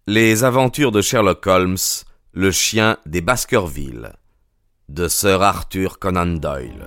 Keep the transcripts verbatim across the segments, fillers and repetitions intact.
Les aventures de Sherlock Holmes, le chien des Baskerville, de Sir Arthur Conan Doyle.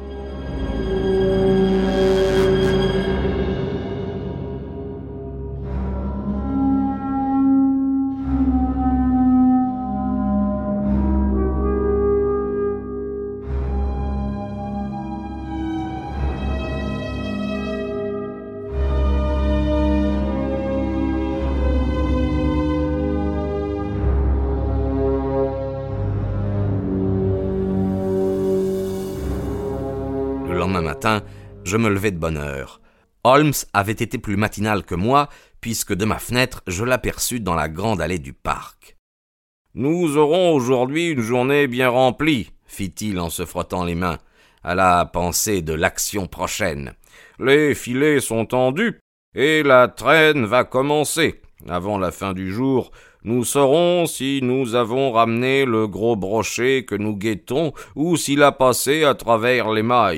Le lendemain matin, je me levai de bonne heure. Holmes avait été plus matinal que moi, puisque de ma fenêtre, je l'aperçus dans la grande allée du parc. « Nous aurons aujourd'hui une journée bien remplie, » fit-il en se frottant les mains, à la pensée de l'action prochaine. « Les filets sont tendus, et la traîne va commencer. Avant la fin du jour, nous saurons si nous avons ramené le gros brochet que nous guettons ou s'il a passé à travers les mailles. »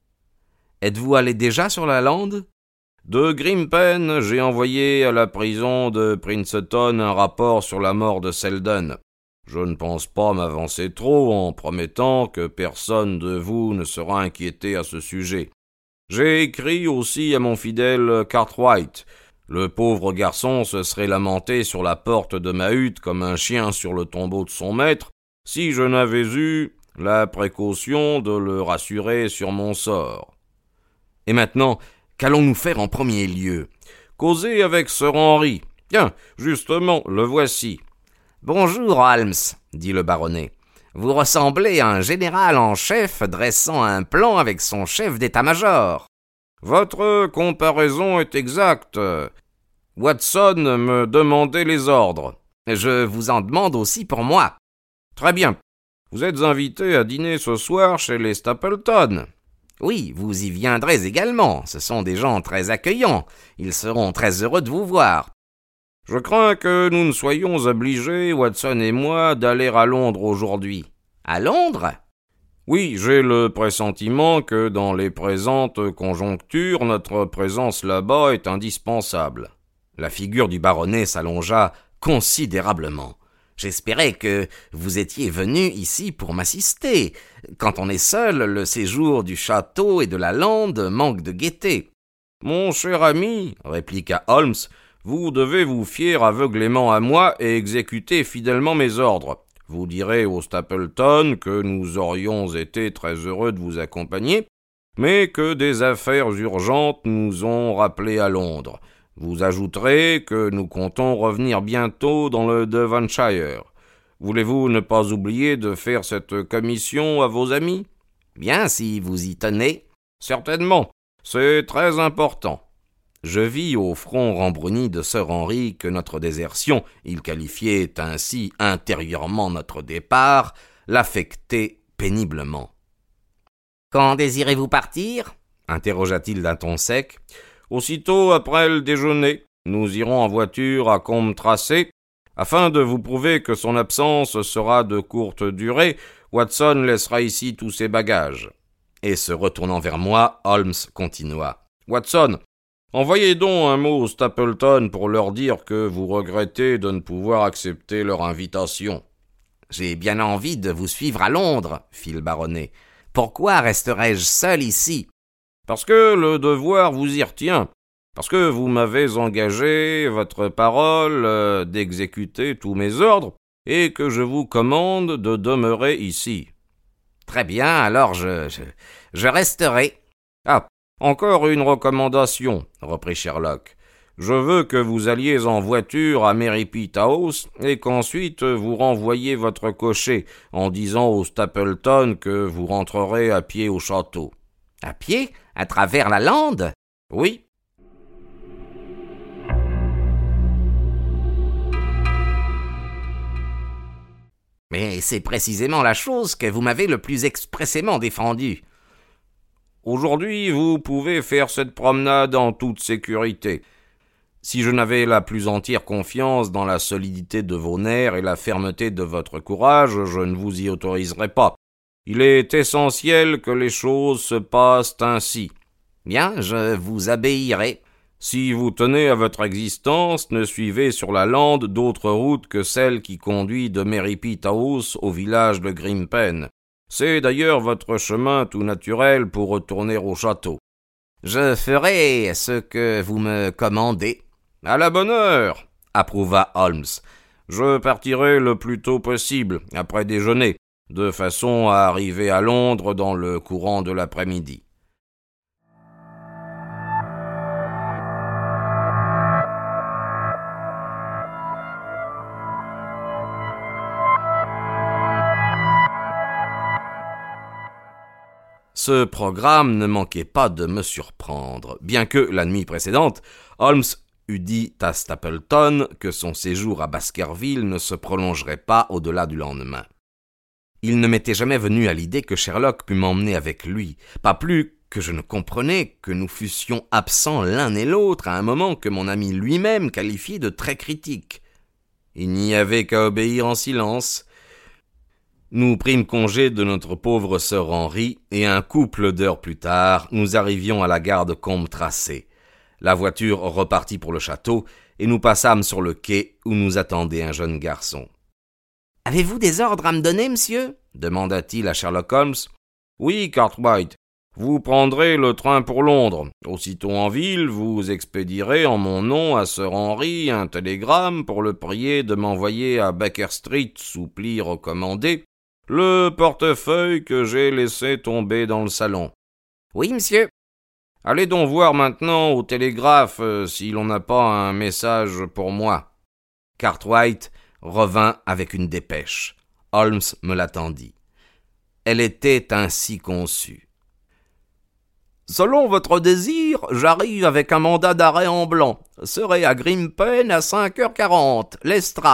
« Êtes-vous allé déjà sur la lande ?»« De Grimpen, j'ai envoyé à la prison de Princeton un rapport sur la mort de Selden. Je ne pense pas m'avancer trop en promettant que personne de vous ne sera inquiété à ce sujet. J'ai écrit aussi à mon fidèle Cartwright. Le pauvre garçon se serait lamenté sur la porte de ma hutte comme un chien sur le tombeau de son maître, si je n'avais eu la précaution de le rassurer sur mon sort. Et maintenant, qu'allons-nous faire en premier lieu ? Causer avec Sir Henry. Tiens, justement, le voici. « Bonjour, Holmes, » dit le baronnet. « Vous ressemblez à un général en chef dressant un plan avec son chef d'état-major. »« Votre comparaison est exacte. Watson me demandait les ordres. »« Je vous en demande aussi pour moi. »« Très bien. Vous êtes invité à dîner ce soir chez les Stapleton. »« Oui, vous y viendrez également. Ce sont des gens très accueillants. Ils seront très heureux de vous voir. »« Je crains que nous ne soyons obligés, Watson et moi, d'aller à Londres aujourd'hui. »« À Londres ? » ?»« Oui, j'ai le pressentiment que dans les présentes conjonctures, notre présence là-bas est indispensable. » La figure du baronnet s'allongea considérablement. J'espérais que vous étiez venu ici pour m'assister. Quand on est seul, le séjour du château et de la lande manque de gaieté. « Mon cher ami, répliqua Holmes, vous devez vous fier aveuglément à moi et exécuter fidèlement mes ordres. Vous direz aux Stapleton que nous aurions été très heureux de vous accompagner, mais que des affaires urgentes nous ont rappelés à Londres. Vous ajouterez que nous comptons revenir bientôt dans le Devonshire. Voulez-vous ne pas oublier de faire cette commission à vos amis ? » ?»« Bien, si vous y tenez. »« Certainement, c'est très important. » Je vis au front rembruni de Sir Henry que notre désertion, il qualifiait ainsi intérieurement notre départ, l'affectait péniblement. « Quand désirez-vous partir ?» interrogea-t-il d'un ton sec. « Aussitôt après le déjeuner, nous irons en voiture à Combe-Tracé. Afin de vous prouver que son absence sera de courte durée, Watson laissera ici tous ses bagages. » Et se retournant vers moi, Holmes continua. « Watson, envoyez donc un mot aux Stapleton pour leur dire que vous regrettez de ne pouvoir accepter leur invitation. »« J'ai bien envie de vous suivre à Londres, » fit le baronnet. « Pourquoi resterais-je seul ici ? » « Parce que le devoir vous y retient. Parce que vous m'avez engagé votre parole euh, d'exécuter tous mes ordres et que je vous commande de demeurer ici. »« Très bien, alors je, je, je resterai. »« Ah, encore une recommandation, » reprit Sherlock. « Je veux que vous alliez en voiture à Merripit House et qu'ensuite vous renvoyiez votre cocher en disant aux Stapleton que vous rentrerez à pied au château. »« À pied ? À travers la lande ? » ?»« Oui. » « Mais c'est précisément la chose que vous m'avez le plus expressément défendue. »« Aujourd'hui, vous pouvez faire cette promenade en toute sécurité. Si je n'avais la plus entière confiance dans la solidité de vos nerfs et la fermeté de votre courage, je ne vous y autoriserais pas. Il est essentiel que les choses se passent ainsi. »« Bien, je vous obéirai. » Si vous tenez à votre existence, ne suivez sur la lande d'autre route que celle qui conduit de Merripit House au village de Grimpen. C'est d'ailleurs votre chemin tout naturel pour retourner au château. »« Je ferai ce que vous me commandez. »« À la bonne heure, » approuva Holmes. « Je partirai le plus tôt possible, après déjeuner, de façon à arriver à Londres dans le courant de l'après-midi. » Ce programme ne manquait pas de me surprendre, bien que, la nuit précédente, Holmes eût dit à Stapleton que son séjour à Baskerville ne se prolongerait pas au-delà du lendemain. Il ne m'était jamais venu à l'idée que Sherlock pût m'emmener avec lui, pas plus que je ne comprenais que nous fussions absents l'un et l'autre à un moment que mon ami lui-même qualifiait de très critique. Il n'y avait qu'à obéir en silence. Nous prîmes congé de notre pauvre sœur Henry, et un couple d'heures plus tard, nous arrivions à la gare de Combe-Tracé. La voiture repartit pour le château, et nous passâmes sur le quai où nous attendait un jeune garçon. « Avez-vous des ordres à me donner, monsieur ?» demanda-t-il à Sherlock Holmes. « Oui, Cartwright. Vous prendrez le train pour Londres. Aussitôt en ville, vous expédierez en mon nom à Sir Henry un télégramme pour le prier de m'envoyer à Baker Street, sous pli recommandé, le portefeuille que j'ai laissé tomber dans le salon. »« Oui, monsieur. » »« Allez donc voir maintenant au télégraphe euh, si l'on n'a pas un message pour moi. » Cartwright revint avec une dépêche. Holmes me l'attendit. Elle était ainsi conçue. « Selon votre désir, j'arrive avec un mandat d'arrêt en blanc. Serai à Grimpen à cinq heures quarante, l'Estrade. »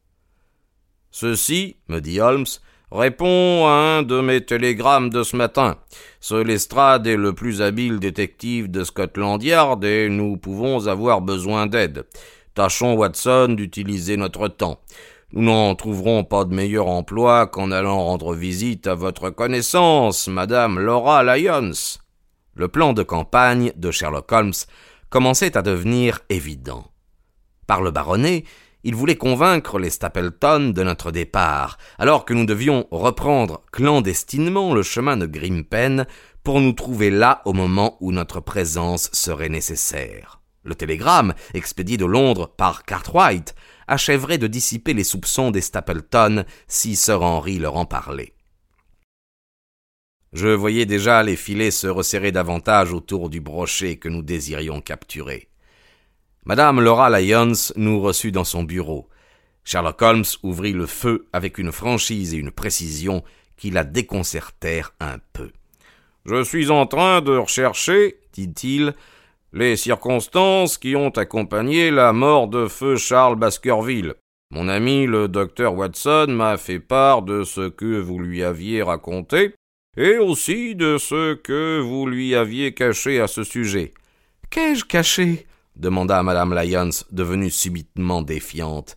Ceci, me dit Holmes, répond à un de mes télégrammes de ce matin. Ce Lestrade est le plus habile détective de Scotland Yard et nous pouvons avoir besoin d'aide. Tâchons, Watson, d'utiliser notre temps. Nous n'en trouverons pas de meilleur emploi qu'en allant rendre visite à votre connaissance, Madame Laura Lyons. Le plan de campagne de Sherlock Holmes commençait à devenir évident. Par le baronnet, il voulait convaincre les Stapleton de notre départ, alors que nous devions reprendre clandestinement le chemin de Grimpen pour nous trouver là au moment où notre présence serait nécessaire. Le télégramme, expédié de Londres par Cartwright, achèverait de dissiper les soupçons des Stapleton si Sir Henry leur en parlait. Je voyais déjà les filets se resserrer davantage autour du brochet que nous désirions capturer. Madame Laura Lyons nous reçut dans son bureau. Sherlock Holmes ouvrit le feu avec une franchise et une précision qui la déconcertèrent un peu. « Je suis en train de rechercher, dit-il, les circonstances qui ont accompagné la mort de feu Charles Baskerville. Mon ami le docteur Watson m'a fait part de ce que vous lui aviez raconté, et aussi de ce que vous lui aviez caché à ce sujet. »« Qu'ai-je caché ?» demanda Madame Lyons, devenue subitement défiante.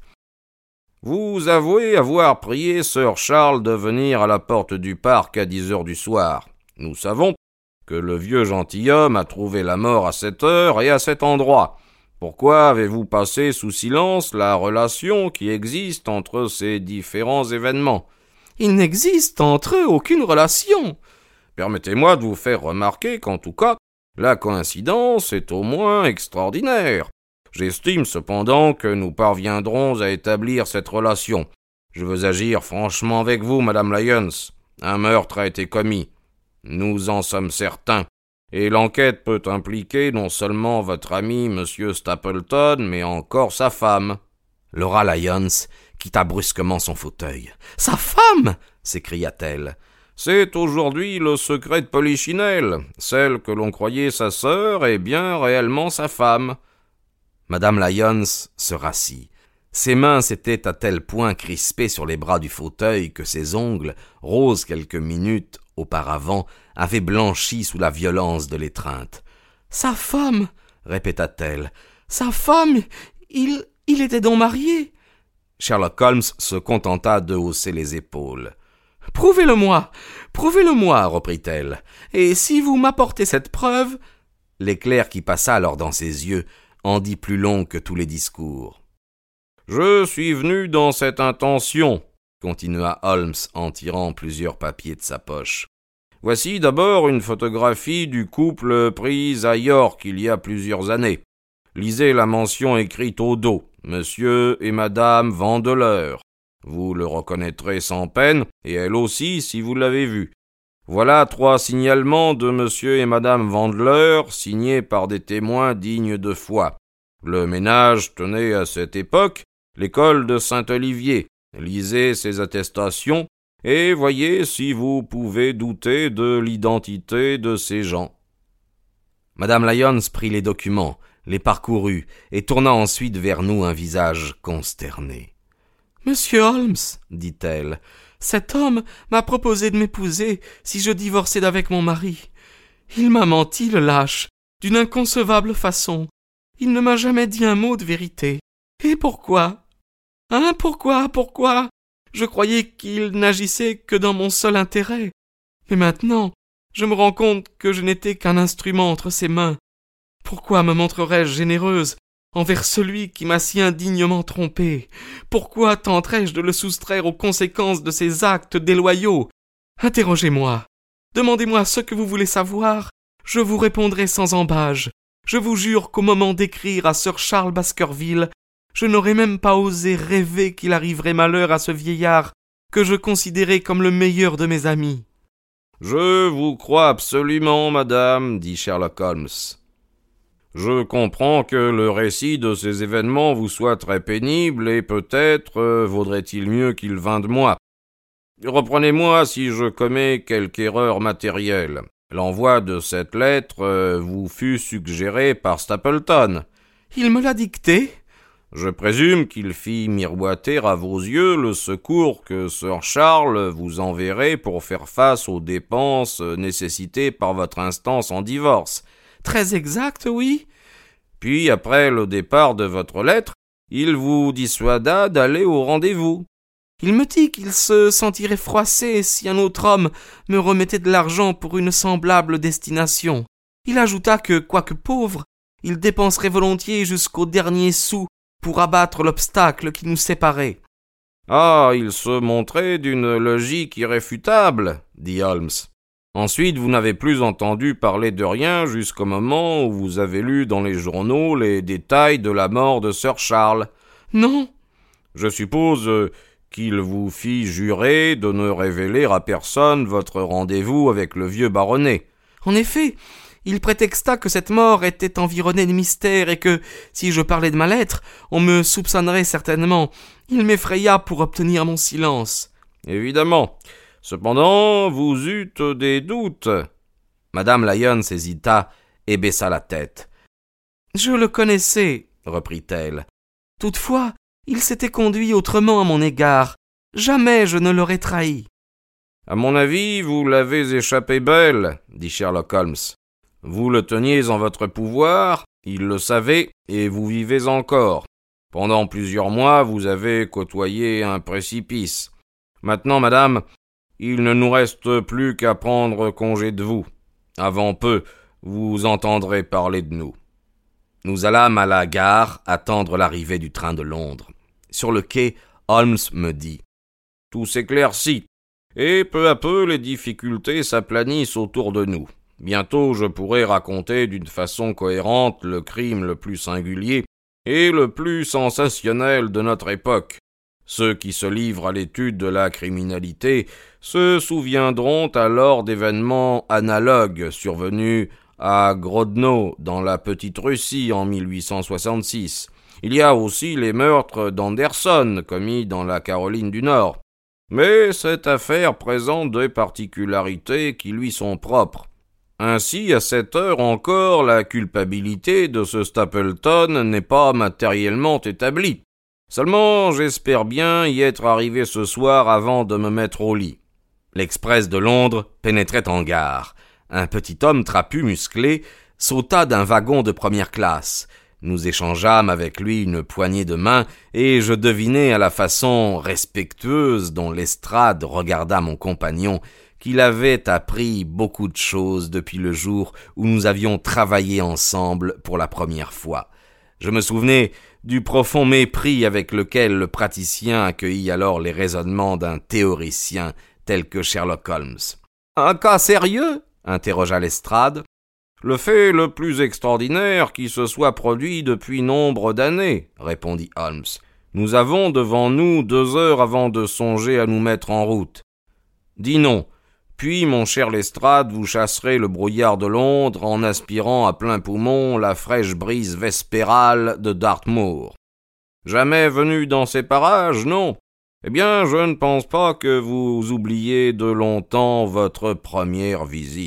« Vous avouez avoir prié Sir Charles de venir à la porte du parc à dix heures du soir. Nous savons que le vieux gentilhomme a trouvé la mort à cette heure et à cet endroit. Pourquoi avez-vous passé sous silence la relation qui existe entre ces différents événements ? » « Il n'existe entre eux aucune relation. »« Permettez-moi de vous faire remarquer qu'en tout cas, la coïncidence est au moins extraordinaire. J'estime cependant que nous parviendrons à établir cette relation. Je veux agir franchement avec vous, Madame Lyons. Un meurtre a été commis. Nous en sommes certains. Et l'enquête peut impliquer non seulement votre ami, Monsieur Stapleton, mais encore sa femme. » Laura Lyons quitta brusquement son fauteuil. « Sa femme !» s'écria-t-elle. « C'est aujourd'hui le secret de Polichinelle. Celle que l'on croyait sa sœur est bien réellement sa femme. » Madame Lyons se rassit. Ses mains s'étaient à tel point crispées sur les bras du fauteuil que ses ongles, roses quelques minutes auparavant, avaient blanchi sous la violence de l'étreinte. « Sa femme !» répéta-t-elle. « Sa femme ! Il, il était donc marié !» Sherlock Holmes se contenta de hausser les épaules. « Prouvez-le-moi, prouvez-le-moi, reprit-elle. Et si vous m'apportez cette preuve... » L'éclair qui passa alors dans ses yeux en dit plus long que tous les discours. « Je suis venu dans cette intention, » continua Holmes en tirant plusieurs papiers de sa poche. « Voici d'abord une photographie du couple prise à York il y a plusieurs années. Lisez la mention écrite au dos, Monsieur et Madame Vandeleur. Vous le reconnaîtrez sans peine, et elle aussi si vous l'avez vu. Voilà trois signalements de Monsieur et Madame Vandeleur, signés par des témoins dignes de foi. Le ménage tenait à cette époque l'école de Saint-Olivier. Lisez ces attestations et voyez si vous pouvez douter de l'identité de ces gens. » Madame Lyons prit les documents, les parcourut et tourna ensuite vers nous un visage consterné. « Monsieur Holmes, dit-elle, cet homme m'a proposé de m'épouser si je divorçais d'avec mon mari. Il m'a menti, le lâche, d'une inconcevable façon. Il ne m'a jamais dit un mot de vérité. Et pourquoi ? Hein, pourquoi, pourquoi ? Je croyais qu'il n'agissait que dans mon seul intérêt. Mais maintenant, je me rends compte que je n'étais qu'un instrument entre ses mains. Pourquoi me montrerais-je généreuse envers celui qui m'a si indignement trompée? Pourquoi tenterais-je de le soustraire aux conséquences de ses actes déloyaux? Interrogez-moi. Demandez-moi ce que vous voulez savoir. Je vous répondrai sans embâge. Je vous jure qu'au moment d'écrire à Sir Charles Baskerville, je n'aurais même pas osé rêver qu'il arriverait malheur à ce vieillard que je considérais comme le meilleur de mes amis. « Je vous crois absolument, madame, dit Sherlock Holmes. Je comprends que le récit de ces événements vous soit très pénible et peut-être euh, vaudrait-il mieux qu'il vînt de moi. Reprenez-moi si je commets quelque erreur matérielle. L'envoi de cette lettre euh, vous fut suggéré par Stapleton. Il me l'a dicté. Je présume qu'il fit miroiter à vos yeux le secours que Sir Charles vous enverrait pour faire face aux dépenses nécessitées par votre instance en divorce. Très exact, oui. Puis, après le départ de votre lettre, il vous dissuada d'aller au rendez-vous. Il me dit qu'il se sentirait froissé si un autre homme me remettait de l'argent pour une semblable destination. Il ajouta que, quoique pauvre, il dépenserait volontiers jusqu'au dernier sou pour abattre l'obstacle qui nous séparait. « Ah, il se montrait d'une logique irréfutable, » dit Holmes. « Ensuite, vous n'avez plus entendu parler de rien jusqu'au moment où vous avez lu dans les journaux les détails de la mort de Sir Charles. »« Non. » »« Je suppose euh, qu'il vous fit jurer de ne révéler à personne votre rendez-vous avec le vieux baronnet. »« En effet. » Il prétexta que cette mort était environnée de mystère et que, si je parlais de ma lettre, on me soupçonnerait certainement. Il m'effraya pour obtenir mon silence. « Évidemment. Cependant, vous eûtes des doutes. » Madame Lyons hésita et baissa la tête. « Je le connaissais, » reprit-elle. « Toutefois, il s'était conduit autrement à mon égard. Jamais je ne l'aurais trahi. »« À mon avis, vous l'avez échappé belle, » dit Sherlock Holmes. Vous le teniez en votre pouvoir, il le savait, et vous vivez encore. Pendant plusieurs mois, vous avez côtoyé un précipice. Maintenant, madame, il ne nous reste plus qu'à prendre congé de vous. Avant peu, vous entendrez parler de nous. Nous allâmes à la gare attendre l'arrivée du train de Londres. Sur le quai, Holmes me dit « Tout s'éclaircit, et peu à peu les difficultés s'aplanissent autour de nous. Bientôt je pourrai raconter d'une façon cohérente le crime le plus singulier et le plus sensationnel de notre époque. Ceux qui se livrent à l'étude de la criminalité se souviendront alors d'événements analogues survenus à Grodno, dans la Petite Russie, en mille huit cent soixante-six. Il y a aussi les meurtres d'Anderson, commis dans la Caroline du Nord. Mais cette affaire présente des particularités qui lui sont propres. Ainsi, à cette heure encore, la culpabilité de ce Stapleton n'est pas matériellement établie. Seulement, j'espère bien y être arrivé ce soir avant de me mettre au lit. » L'express de Londres pénétrait en gare. Un petit homme trapu, musclé, sauta d'un wagon de première classe. Nous échangeâmes avec lui une poignée de main, et je devinai à la façon respectueuse dont Lestrade regarda mon compagnon, qu'il avait appris beaucoup de choses depuis le jour où nous avions travaillé ensemble pour la première fois. Je me souvenais du profond mépris avec lequel le praticien accueillit alors les raisonnements d'un théoricien tel que Sherlock Holmes. « Un cas sérieux ?» interrogea Lestrade. « Le fait le plus extraordinaire qui se soit produit depuis nombre d'années, » répondit Holmes. « Nous avons devant nous deux heures avant de songer à nous mettre en route. Dis non, puis, mon cher Lestrade, vous chasserez le brouillard de Londres en aspirant à plein poumon la fraîche brise vespérale de Dartmoor. Jamais venu dans ces parages, non ? Eh bien, je ne pense pas que vous oubliez de longtemps votre première visite. »